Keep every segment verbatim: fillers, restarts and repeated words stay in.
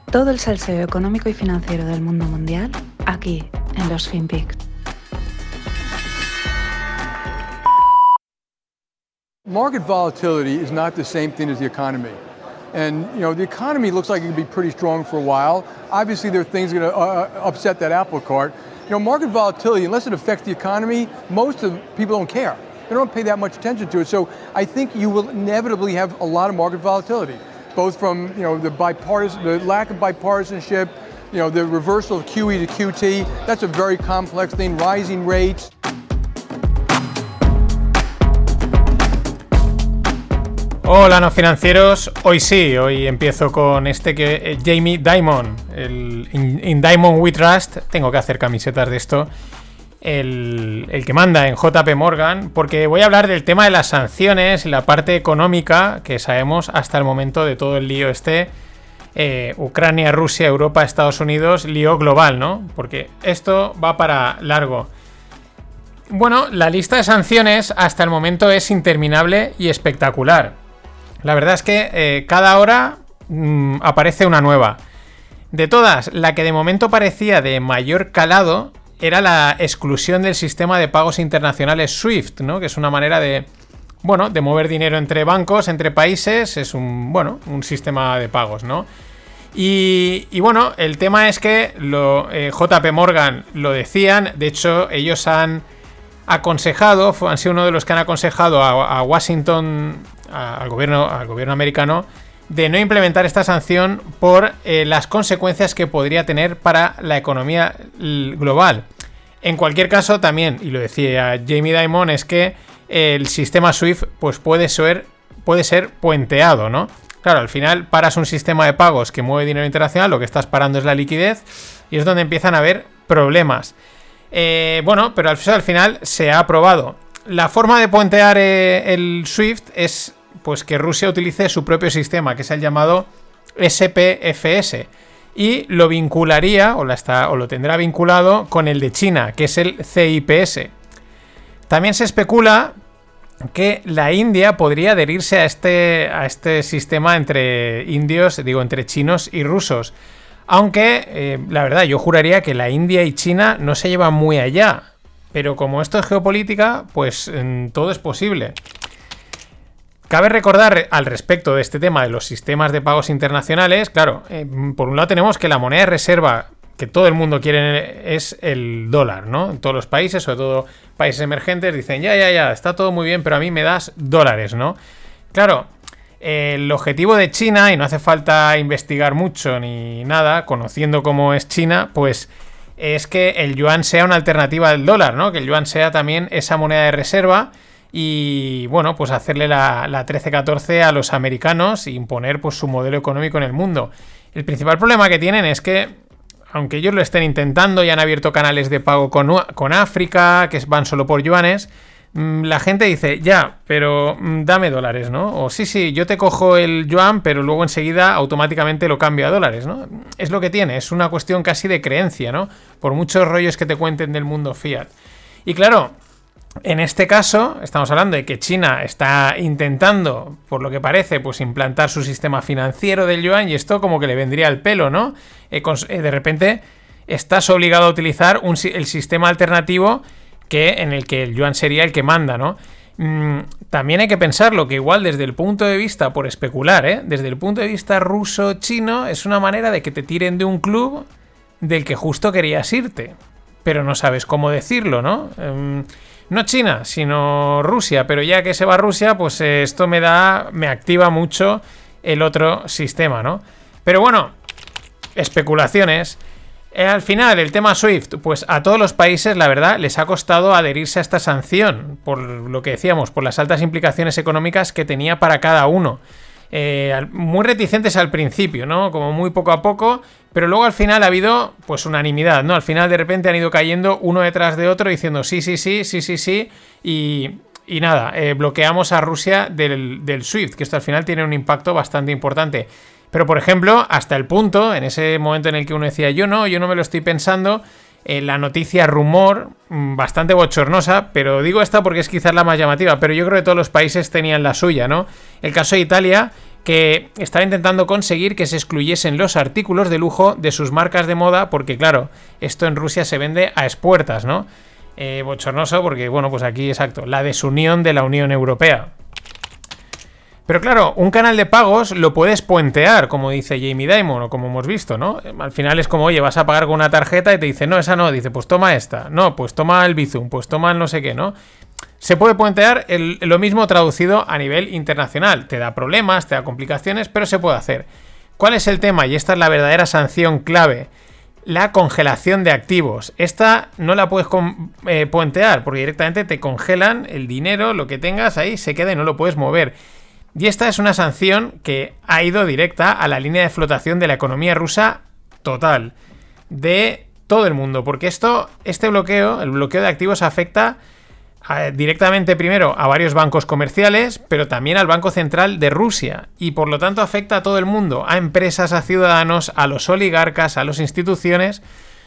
Todo el salseo económico y financiero del mundo mundial, aquí, en los FinPix. Market volatility is not the same thing as the economy. And, you know, the economy looks like it could be pretty strong for a while. Obviously, there are things that are going to uh, upset that apple cart. You know, market volatility, unless it affects the economy, most of people don't care. They don't pay that much attention to it. So I think you will inevitably have a lot of market volatility, both from, you know, the bipartisan, the lack of bipartisanship, you know, the reversal of Q E to Q T. That's a very complex thing, rising rates. Hola no financieros, hoy sí, hoy empiezo con este que eh, Jamie Dimon, el in, in Dimon We Trust, tengo que hacer camisetas de esto, el, el que manda en J P Morgan, porque voy a hablar del tema de las sanciones y la parte económica que sabemos hasta el momento de todo el lío este, eh, Ucrania, Rusia, Europa, Estados Unidos, lío global, ¿no? Porque esto va para largo. Bueno, la lista de sanciones hasta el momento es interminable y espectacular. La verdad es que eh, cada hora mmm, aparece una nueva. De todas, la que de momento parecía de mayor calado era la exclusión del sistema de pagos internacionales SWIFT, ¿no? Que es una manera de, bueno, de mover dinero entre bancos, entre países. Es un, bueno, un sistema de pagos, ¿no? Y, y bueno, el tema es que lo, eh, J P Morgan lo decían. De hecho, ellos han aconsejado, han sido uno de los que han aconsejado a, a Washington, a, al gobierno, al gobierno americano, de no implementar esta sanción por eh, las consecuencias que podría tener para la economía global. En cualquier caso, también, y lo decía Jamie Dimon, es que el sistema SWIFT pues puede ser, puede ser puenteado, ¿no? Claro, al final paras un sistema de pagos que mueve dinero internacional, lo que estás parando es la liquidez, y es donde empiezan a haber problemas. Eh, bueno, pero al, al final se ha aprobado. La forma de puentear eh, el SWIFT es pues que Rusia utilice su propio sistema, que es el llamado S P F S, y lo vincularía, o, la está, o lo tendrá vinculado con el de China, que es el C I P S. También se especula que la India podría adherirse a este, a este sistema entre indios, digo, entre chinos y rusos. Aunque, eh, la verdad, yo juraría que la India y China no se llevan muy allá. Pero como esto es geopolítica, pues eh, todo es posible. Cabe recordar al respecto de este tema de los sistemas de pagos internacionales, claro, eh, por un lado tenemos que la moneda de reserva que todo el mundo quiere es el dólar, ¿no? En todos los países, sobre todo países emergentes, dicen, ya, ya, ya, está todo muy bien, pero a mí me das dólares, ¿no? Claro. El objetivo de China, y no hace falta investigar mucho ni nada, conociendo cómo es China, pues es que el yuan sea una alternativa al dólar, ¿no? Que el yuan sea también esa moneda de reserva y, bueno, pues hacerle la, la trece catorce a los americanos e imponer pues su modelo económico en el mundo. El principal problema que tienen es que, aunque ellos lo estén intentando y han abierto canales de pago con, con África, que van solo por yuanes, la gente dice, ya, pero dame dólares, ¿no? O sí, sí, yo te cojo el yuan, pero luego enseguida automáticamente lo cambio a dólares, ¿no? Es lo que tiene, es una cuestión casi de creencia, ¿no? Por muchos rollos que te cuenten del mundo fiat. Y claro, en este caso, estamos hablando de que China está intentando, por lo que parece, pues implantar su sistema financiero del yuan, y esto como que le vendría al pelo, ¿no? Eh, con, eh, de repente estás obligado a utilizar un, el sistema alternativo que en el que el yuan sería el que manda, ¿no? Mm, también hay que pensarlo, que igual desde el punto de vista, por especular, ¿eh? Desde el punto de vista ruso-chino, es una manera de que te tiren de un club del que justo querías irte, pero no sabes cómo decirlo, ¿no? Um, no China, sino Rusia, pero ya que se va a Rusia, pues eh, esto me da, me activa mucho el otro sistema, ¿no? Pero bueno, especulaciones. Eh, al final, el tema SWIFT, pues a todos los países, la verdad, les ha costado adherirse a esta sanción, por lo que decíamos, por las altas implicaciones económicas que tenía para cada uno. Eh, muy reticentes al principio, ¿no? Como muy poco a poco, pero luego al final ha habido, pues, unanimidad, ¿no? Al final, de repente, han ido cayendo uno detrás de otro diciendo sí, sí, sí, sí, sí, sí, y, y nada, eh, bloqueamos a Rusia del, del SWIFT, que esto al final tiene un impacto bastante importante. Pero, por ejemplo, hasta el punto, en ese momento en el que uno decía, yo no, yo no me lo estoy pensando, eh, la noticia rumor, bastante bochornosa, pero digo esta porque es quizás la más llamativa, pero yo creo que todos los países tenían la suya, ¿no? El caso de Italia, que estaba intentando conseguir que se excluyesen los artículos de lujo de sus marcas de moda, porque claro, esto en Rusia se vende a expuertas, ¿no? Eh, bochornoso porque, bueno, pues aquí, exacto, la desunión de la Unión Europea. Pero claro, un canal de pagos lo puedes puentear, como dice Jamie Dimon, o como hemos visto, ¿no? Al final es como, oye, vas a pagar con una tarjeta y te dice, no, esa no, dice, pues toma esta, no, pues toma el Bizum, pues toma el no sé qué, ¿no? Se puede puentear el, lo mismo traducido a nivel internacional. Te da problemas, te da complicaciones, pero se puede hacer. ¿Cuál es el tema? Y esta es la verdadera sanción clave. La congelación de activos. Esta no la puedes con, eh, puentear, porque directamente te congelan el dinero, lo que tengas ahí se queda y no lo puedes mover. Y esta es una sanción que ha ido directa a la línea de flotación de la economía rusa total, de todo el mundo, porque esto, este bloqueo, el bloqueo de activos afecta a, directamente primero a varios bancos comerciales, pero también al Banco Central de Rusia, y por lo tanto afecta a todo el mundo, a empresas, a ciudadanos, a los oligarcas, a las instituciones.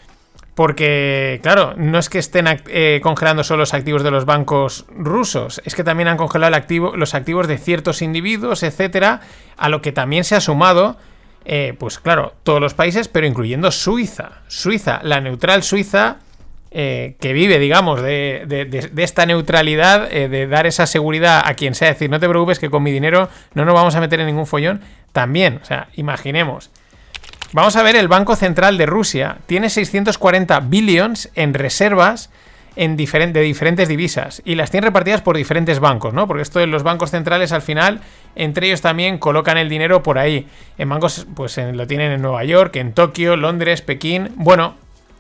Porque, claro, no es que estén eh, congelando solo los activos de los bancos rusos, es que también han congelado el activo, los activos de ciertos individuos, etcétera, a lo que también se ha sumado, eh, pues claro, todos los países, pero incluyendo Suiza. Suiza, la neutral Suiza, eh, que vive, digamos, de, de, de, de esta neutralidad, eh, de dar esa seguridad a quien sea, decir, no te preocupes que con mi dinero no nos vamos a meter en ningún follón, también, o sea, imaginemos. Vamos a ver, el Banco Central de Rusia tiene seiscientos cuarenta billones en reservas en diferent- de diferentes divisas y las tiene repartidas por diferentes bancos, ¿no? Porque esto de los bancos centrales al final, entre ellos también colocan el dinero por ahí. En bancos, pues en, lo tienen en Nueva York, en Tokio, Londres, Pekín. Bueno,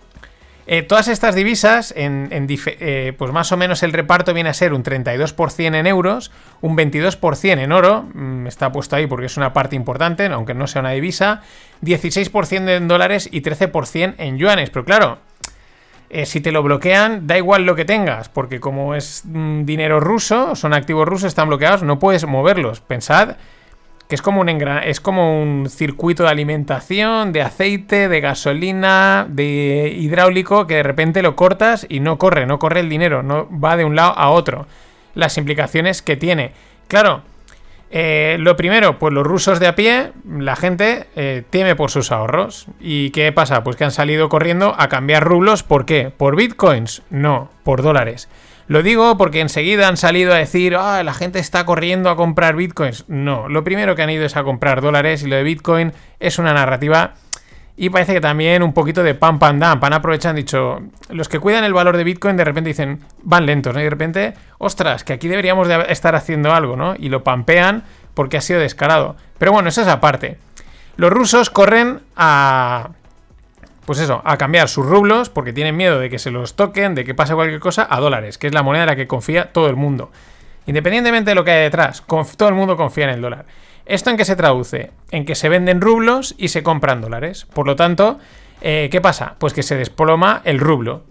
eh, todas estas divisas, en, en dif- eh, pues más o menos el reparto viene a ser un treinta y dos por ciento en euros, un veintidós por ciento en oro, mmm, está puesto ahí porque es una parte importante, aunque no sea una divisa, dieciséis por ciento en dólares y trece por ciento en yuanes. Pero claro, eh, si te lo bloquean, da igual lo que tengas, porque como es mmm, dinero ruso, son activos rusos, están bloqueados, no puedes moverlos. Pensad que es como un engran- es como un circuito de alimentación, de aceite, de gasolina, de hidráulico, que de repente lo cortas y no corre, no corre el dinero, no va de un lado a otro. Las implicaciones que tiene. Claro, eh, lo primero, pues los rusos de a pie, la gente eh, teme por sus ahorros. ¿Y qué pasa? Pues que han salido corriendo a cambiar rublos. ¿Por qué? ¿Por bitcoins? No, por dólares. Lo digo porque enseguida han salido a decir, ah, la gente está corriendo a comprar bitcoins. No, lo primero que han ido es a comprar dólares, y lo de bitcoin es una narrativa y parece que también un poquito de pam pam dam. Han aprovechado, han dicho, los que cuidan el valor de bitcoin de repente dicen, van lentos, ¿no? Y de repente, ostras, que aquí deberíamos de estar haciendo algo, ¿no? Y lo pampean porque ha sido descarado. Pero bueno, eso es aparte. Los rusos corren a... Pues eso, a cambiar sus rublos porque tienen miedo de que se los toquen, de que pase cualquier cosa, a dólares, que es la moneda en la que confía todo el mundo. Independientemente de lo que hay detrás, todo el mundo confía en el dólar. ¿Esto en qué se traduce? En que se venden rublos y se compran dólares. Por lo tanto, eh, ¿qué pasa? Pues que se desploma el rublo.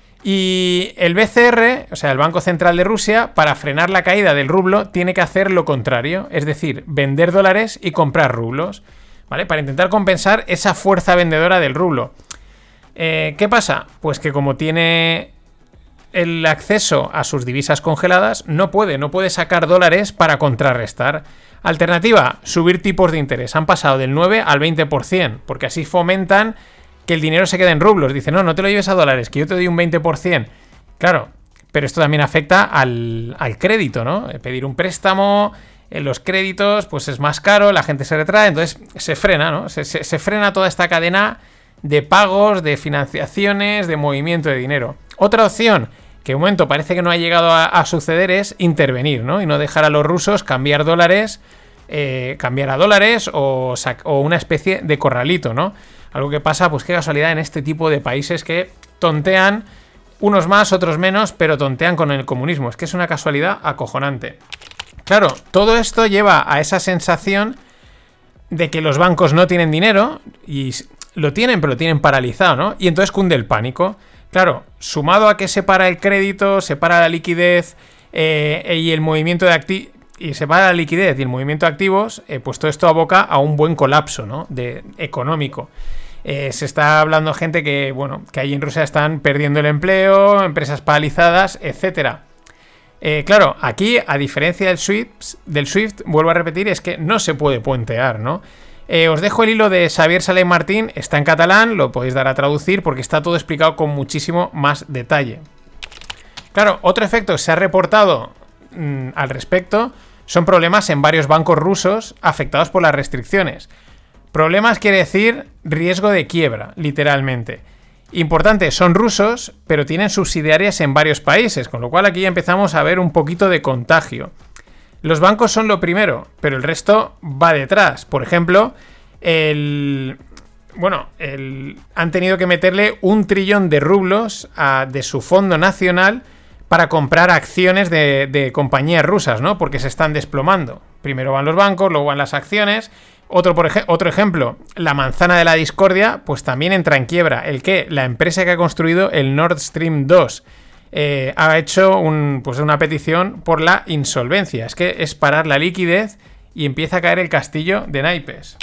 Y el B C R, o sea, el Banco Central de Rusia, para frenar la caída del rublo, tiene que hacer lo contrario, es decir, vender dólares y comprar rublos, ¿vale? Para intentar compensar esa fuerza vendedora del rublo. Eh, ¿Qué pasa? Pues que como tiene el acceso a sus divisas congeladas, no puede, no puede sacar dólares para contrarrestar. Alternativa, subir tipos de interés. Han pasado del nueve al veinte por ciento, porque así fomentan que el dinero se quede en rublos. Dicen, no, no te lo lleves a dólares, que yo te doy un veinte por ciento. Claro, pero esto también afecta al, al crédito, ¿no? Pedir un préstamo, en los créditos, pues es más caro, la gente se retrae, entonces se frena, ¿no? Se, se, se frena toda esta cadena de pagos, de financiaciones, de movimiento de dinero. Otra opción, que de momento parece que no ha llegado a, a suceder, es intervenir, ¿no? Y no dejar a los rusos cambiar dólares, eh, cambiar a dólares o, o una especie de corralito, ¿no? Algo que pasa, pues qué casualidad en este tipo de países que tontean, unos más, otros menos, pero tontean con el comunismo. Es que es una casualidad acojonante. Claro, todo esto lleva a esa sensación de que los bancos no tienen dinero y lo tienen, pero lo tienen paralizado, ¿no? Y entonces cunde el pánico. Claro, sumado a que se para el crédito, se para la liquidez eh, y el movimiento de activos, y se para la liquidez y el movimiento de activos, eh, pues todo esto aboca a un buen colapso, ¿no? De, económico. Eh, se está hablando gente que, bueno, que ahí en Rusia están perdiendo el empleo, empresas paralizadas, etcétera. Eh, claro, aquí, a diferencia del Swift, del Swift, vuelvo a repetir, es que no se puede puentear, ¿no? Eh, os dejo el hilo de Xavier Salé Martín, está en catalán, lo podéis dar a traducir porque está todo explicado con muchísimo más detalle. Claro, otro efecto que se ha reportado mmm, al respecto son problemas en varios bancos rusos afectados por las restricciones. Problemas quiere decir riesgo de quiebra, literalmente. Importante, son rusos, pero tienen subsidiarias en varios países, con lo cual aquí ya empezamos a ver un poquito de contagio. Los bancos son lo primero, pero el resto va detrás. Por ejemplo, el... Bueno, el... han tenido que meterle un trillón de rublos a... de su fondo nacional para comprar acciones de, de compañías rusas, ¿no? Porque se están desplomando. Primero van los bancos, luego van las acciones. Otro, por ej- otro ejemplo, la manzana de la discordia, pues también entra en quiebra. ¿El qué? La empresa que ha construido el Nord Stream dos eh, ha hecho un, pues una petición por la insolvencia. Es que es parar la liquidez y empieza a caer el castillo de naipes.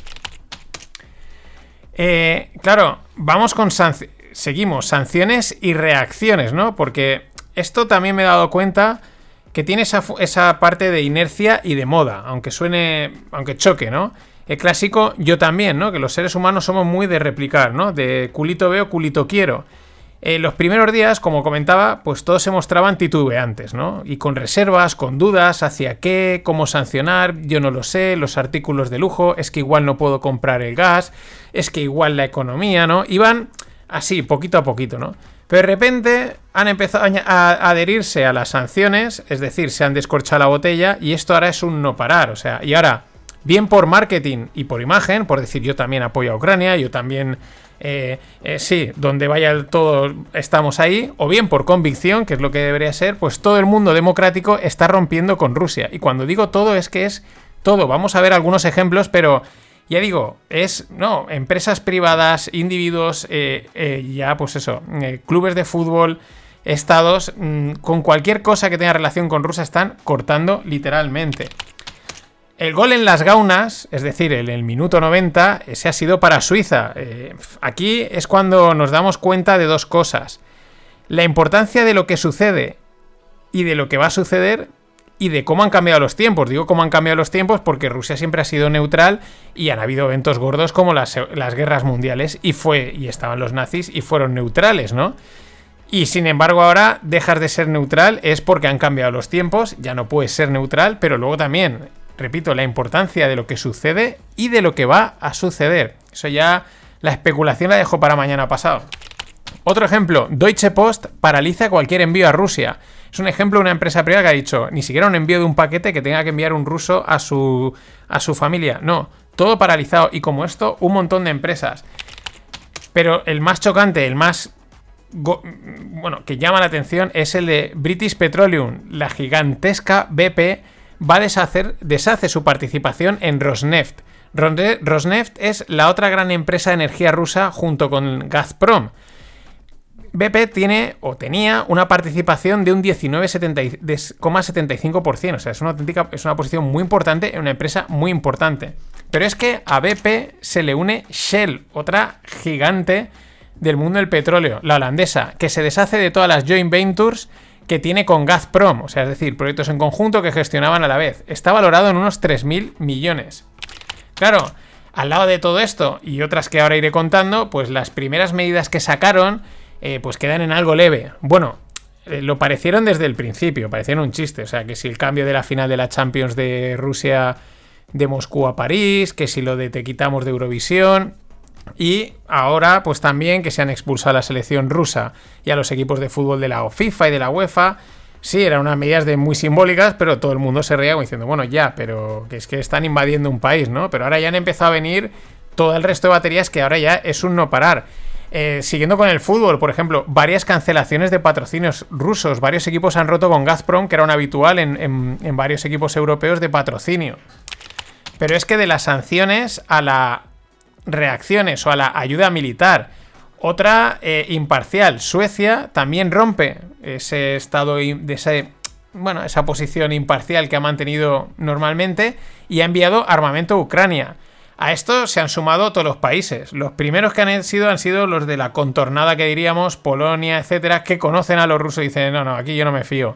Eh, claro, vamos con sanc- seguimos, sanciones y reacciones, ¿no? Porque esto también me he dado cuenta que tiene esa, esa parte de inercia y de moda, aunque suene, aunque choque, ¿no? El clásico yo también, ¿no? Que los seres humanos somos muy de replicar, ¿no? De culito veo, culito quiero. En los primeros días, como comentaba, pues todos se mostraban titubeantes, ¿no? Y con reservas, con dudas, hacia qué, cómo sancionar, yo no lo sé, los artículos de lujo, es que igual no puedo comprar el gas, es que igual la economía, ¿no? Iban así, poquito a poquito, ¿no? Pero de repente han empezado a adherirse a las sanciones, es decir, se han descorchado la botella y esto ahora es un no parar, o sea, y ahora, bien por marketing y por imagen, por decir yo también apoyo a Ucrania, yo también, eh, eh, sí, donde vaya el todo estamos ahí, o bien por convicción, que es lo que debería ser, pues todo el mundo democrático está rompiendo con Rusia. Y cuando digo todo es que es todo, vamos a ver algunos ejemplos, pero... Ya digo, es, no, empresas privadas, individuos, eh, eh, ya pues eso, eh, clubes de fútbol, estados, mmm, con cualquier cosa que tenga relación con Rusia están cortando literalmente. El gol en las gaunas, es decir, en el minuto noventa, ese ha sido para Suiza. Eh, aquí es cuando nos damos cuenta de dos cosas. La importancia de lo que sucede y de lo que va a suceder y de cómo han cambiado los tiempos. Digo cómo han cambiado los tiempos porque Rusia siempre ha sido neutral y han habido eventos gordos como las, las guerras mundiales y fue y estaban los nazis y fueron neutrales, ¿no? Y sin embargo ahora dejas de ser neutral es porque han cambiado los tiempos, ya no puedes ser neutral, pero luego también, repito, la importancia de lo que sucede y de lo que va a suceder. Eso ya, la especulación la dejo para mañana pasado. Otro ejemplo, Deutsche Post paraliza cualquier envío a Rusia. Es un ejemplo de una empresa privada que ha dicho, ni siquiera un envío de un paquete que tenga que enviar un ruso a su, a su familia. No, todo paralizado. Y como esto, un montón de empresas. Pero el más chocante, el más... Go- bueno, que llama la atención es el de British Petroleum. La gigantesca B P va a deshacer, deshace su participación en Rosneft. Rosneft es la otra gran empresa de energía rusa junto con Gazprom. B P tiene o tenía una participación de un diecinueve coma setenta y cinco por ciento. O sea, es una auténtica, es una posición muy importante en una empresa muy importante. Pero es que a B P se le une Shell, otra gigante del mundo del petróleo, la holandesa, que se deshace de todas las joint ventures que tiene con Gazprom. O sea, es decir, proyectos en conjunto que gestionaban a la vez. Está valorado en unos tres mil millones. Claro, al lado de todo esto y otras que ahora iré contando, pues las primeras medidas que sacaron... Eh, pues quedan en algo leve. Bueno, eh, lo parecieron desde el principio, parecieron un chiste. O sea, que si el cambio de la final de la Champions de Rusia de Moscú a París, que si lo de te quitamos de Eurovisión, y ahora pues también que se han expulsado a la selección rusa y a los equipos de fútbol de la FIFA y de la UEFA. Sí, eran unas medidas de muy simbólicas, pero todo el mundo se reía como diciendo, bueno, ya, pero que es que están invadiendo un país, ¿no? Pero ahora ya han empezado a venir todo el resto de baterías que ahora ya es un no parar. Eh, siguiendo con el fútbol, por ejemplo, varias cancelaciones de patrocinios rusos. Varios equipos han roto con Gazprom, que era un habitual en, en, en varios equipos europeos de patrocinio. Pero es que de las sanciones a las reacciones o a la ayuda militar, otra eh, imparcial. Suecia también rompe ese estado de ese, bueno, esa posición imparcial que ha mantenido normalmente y ha enviado armamento a Ucrania. A esto se han sumado todos los países. Los primeros que han sido han sido los de la contornada que diríamos, Polonia, etcétera, que conocen a los rusos y dicen, no, no, aquí yo no me fío.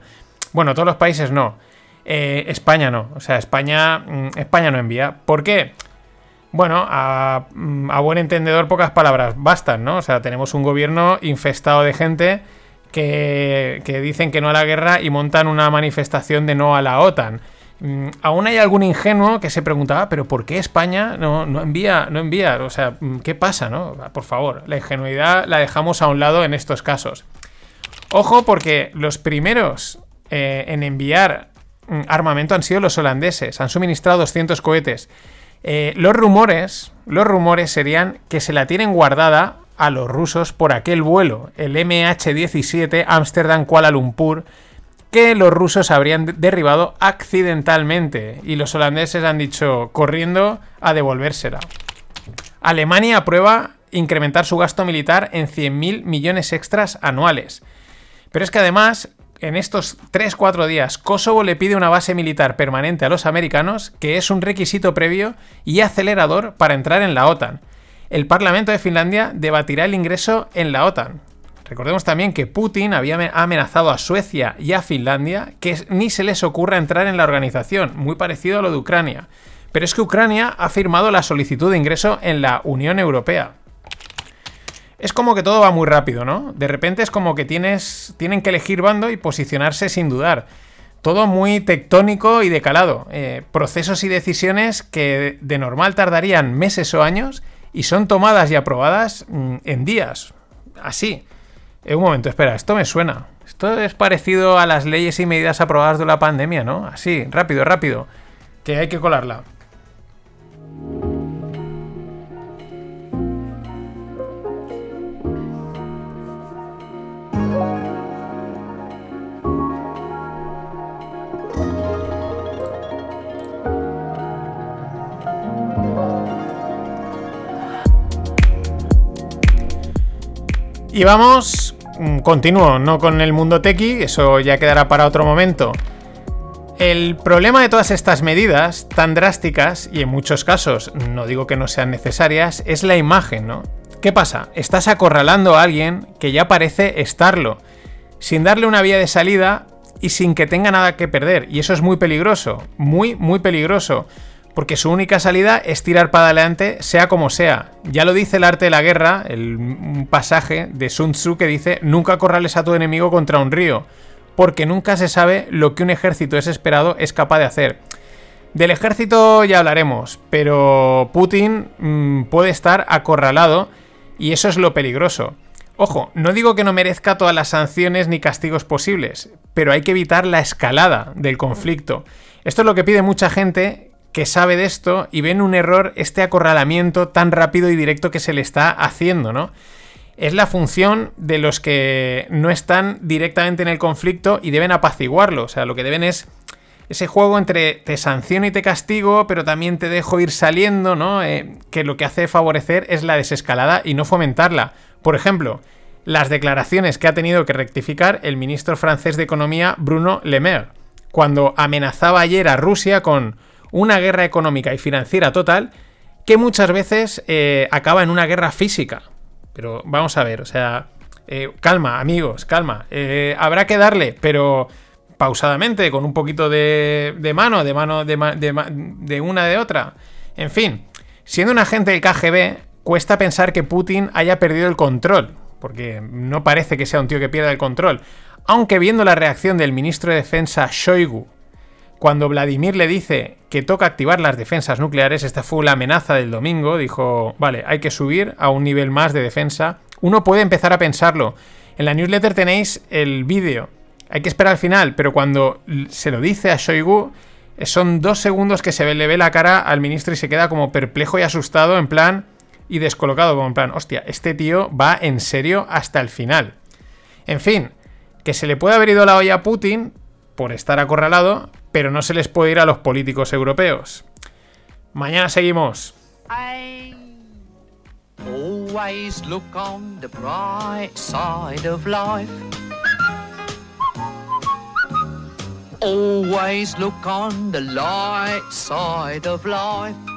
Bueno, todos los países no. Eh, España no. O sea, España, España no envía. ¿Por qué? Bueno, a, a buen entendedor pocas palabras bastan, ¿no? O sea, tenemos un gobierno infestado de gente que, que dicen que no a la guerra y montan una manifestación de no a la OTAN. Mm, aún hay algún ingenuo que se preguntaba, ¿pero por qué España no, no envía? No envía? O sea, ¿qué pasa, no? Por favor, la ingenuidad la dejamos a un lado en estos casos. Ojo, porque los primeros eh, en enviar armamento han sido los holandeses. Han suministrado doscientos cohetes. Eh, los rumores, los rumores serían que se la tienen guardada a los rusos por aquel vuelo, el eme hache diecisiete Ámsterdam-Kuala Lumpur, que los rusos habrían derribado accidentalmente y los holandeses han dicho corriendo a devolvérsela. Alemania aprueba incrementar su gasto militar en cien mil millones extras anuales. Pero es que además, en estos tres cuatro días, Kosovo le pide una base militar permanente a los americanos, que es un requisito previo y acelerador para entrar en la OTAN. El Parlamento de Finlandia debatirá el ingreso en la OTAN. Recordemos también que Putin había amenazado a Suecia y a Finlandia que ni se les ocurra entrar en la organización, muy parecido a lo de Ucrania. Pero es que Ucrania ha firmado la solicitud de ingreso en la Unión Europea. Es como que todo va muy rápido, ¿no? De repente es como que tienes, tienen que elegir bando y posicionarse sin dudar. Todo muy tectónico y decalado. Eh, procesos y decisiones que de normal tardarían meses o años y son tomadas y aprobadas mmm, en días. Así. Eh, un momento, espera, esto me suena. Esto es parecido a las leyes y medidas aprobadas de la pandemia, ¿no? Así, rápido, rápido. Que hay que colarla. Y vamos, continúo, no con el mundo tequi, eso ya quedará para otro momento. El problema de todas estas medidas tan drásticas, y en muchos casos no digo que no sean necesarias, es la imagen, ¿no? ¿Qué pasa? Estás acorralando a alguien que ya parece estarlo, sin darle una vía de salida y sin que tenga nada que perder, y eso es muy peligroso, muy, muy peligroso. Porque su única salida es tirar para adelante, sea como sea. Ya lo dice el arte de la guerra, el, un pasaje de Sun Tzu que dice: nunca acorrales a tu enemigo contra un río, porque nunca se sabe lo que un ejército desesperado es capaz de hacer. Del ejército ya hablaremos, pero Putin mmm, puede estar acorralado y eso es lo peligroso. Ojo, no digo que no merezca todas las sanciones ni castigos posibles, pero hay que evitar la escalada del conflicto. Esto es lo que pide mucha gente que sabe de esto y ven un error este acorralamiento tan rápido y directo que se le está haciendo, ¿no? Es la función de los que no están directamente en el conflicto y deben apaciguarlo. O sea, lo que deben es ese juego entre te sanciono y te castigo, pero también te dejo ir saliendo, ¿no? Eh, que lo que hace favorecer es la desescalada y no fomentarla. Por ejemplo, las declaraciones que ha tenido que rectificar el ministro francés de Economía, Bruno Le Maire, cuando amenazaba ayer a Rusia con una guerra económica y financiera total que muchas veces eh, acaba en una guerra física. Pero vamos a ver, o sea, eh, calma, amigos, calma. Eh, habrá que darle, pero pausadamente, con un poquito de, de mano, de mano de, de, de una de otra. En fin, siendo un agente del K G B, cuesta pensar que Putin haya perdido el control, porque no parece que sea un tío que pierda el control. Aunque viendo la reacción del ministro de Defensa Shoigu, cuando Vladimir le dice que toca activar las defensas nucleares, esta fue la amenaza del domingo, dijo, vale, hay que subir a un nivel más de defensa. Uno puede empezar a pensarlo. En la newsletter tenéis el vídeo. Hay que esperar al final, pero cuando se lo dice a Shoigu, son dos segundos que se le ve la cara al ministro y se queda como perplejo y asustado, en plan, y descolocado, como en plan, hostia, este tío va en serio hasta el final. En fin, que se le puede haber ido la olla a Putin por estar acorralado, pero no se les puede ir a los políticos europeos. Mañana seguimos. I always look on the bright side of life. Always look on the light side of life.